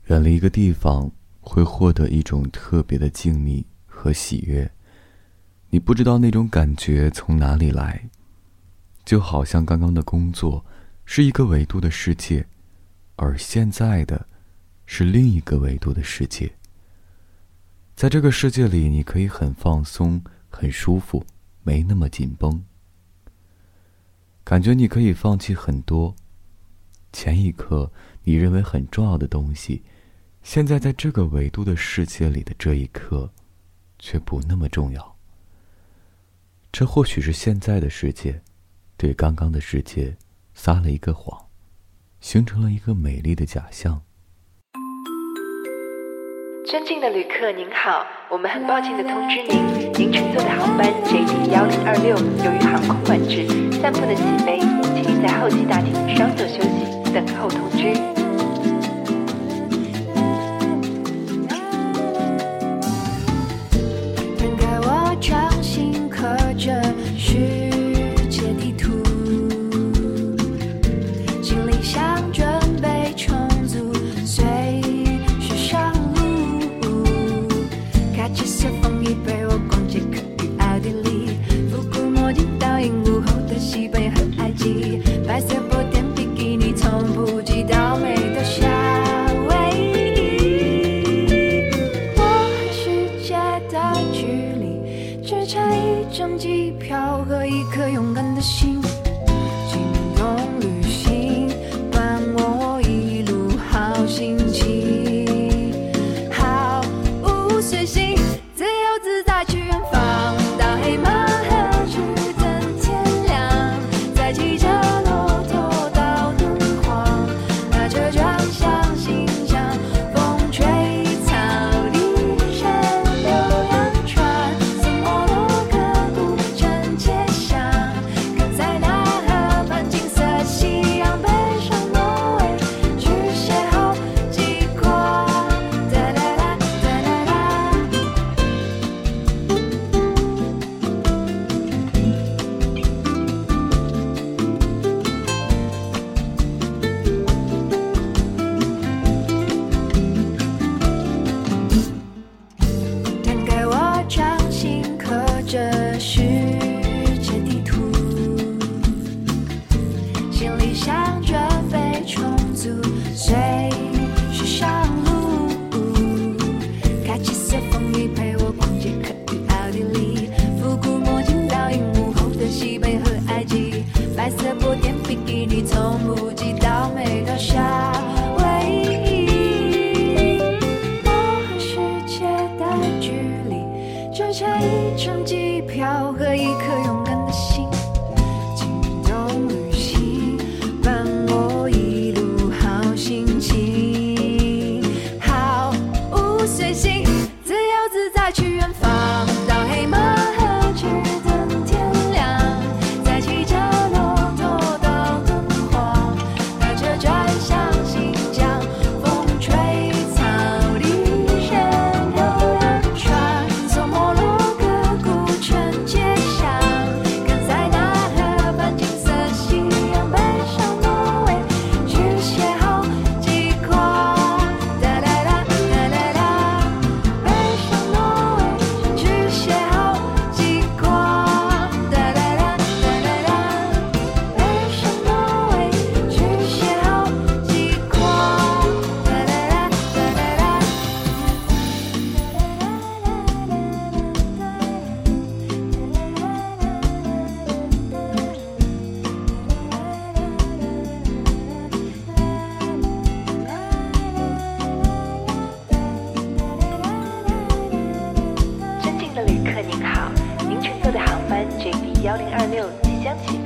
远离一个地方，会获得一种特别的静谧和喜悦。你不知道那种感觉从哪里来，就好像刚刚的工作是一个维度的世界，而现在的是另一个维度的世界。在这个世界里，你可以很放松，很舒服，没那么紧绷，感觉你可以放弃很多前一刻你认为很重要的东西，现在在这个维度的世界里的这一刻却不那么重要。这或许是现在的世界对刚刚的世界撒了一个谎，形成了一个美丽的假象。 尊敬的旅客您好，我们很抱歉地通知您乘坐的航班 JD1026 由于航空管制暂不能起飞，请您在候机大厅稍作休息，等候通知。 人给我掌心刻着世界地图，行李箱准备重组，随时上路。开启色风衣陪我逛街，可与奥地利，复古墨镜倒映午后的西北和埃及，白色波点比基尼从不及到美的夏威夷。我和世界的距离只差一张机票和一颗勇敢的心，心动旅行伴我一路好心情，毫无随行，自由自在去远方，到黑马河直等天亮，再骑着骆驼到敦煌，那车转向新疆，风吹草低山流洋船，送摩洛哥古镇街巷，看塞纳河畔金色夕阳，北上挪威去邂逅极光，哒哒哒哒哒哒。摊开我掌心刻着世界地图，行李箱准备重组，随时上路。开启色风衣陪我逛街，可与奥地利，复古墨镜倒映午后的西北和埃及，白色波点比基尼从不及到美的夏威夷。我和世界的距离只差一张机票和一颗勇敢的心，心动旅行伴我一路好心情，毫无随行，自由自在去远方，到黑马河直等天亮，再骑着骆驼到敦煌，那车转向新疆，风吹草低山流洋船，送摩洛哥古镇街巷，看塞纳河畔金色夕阳，北上挪威去邂逅极光，哒哒哒哒哒哒。北上挪威去邂逅极光，哒哒哒哒哒哒。北上挪威去邂逅极光，哒哒哒哒哒哒。 尊敬的旅客您好，您乘坐的航班 JD1026 即将起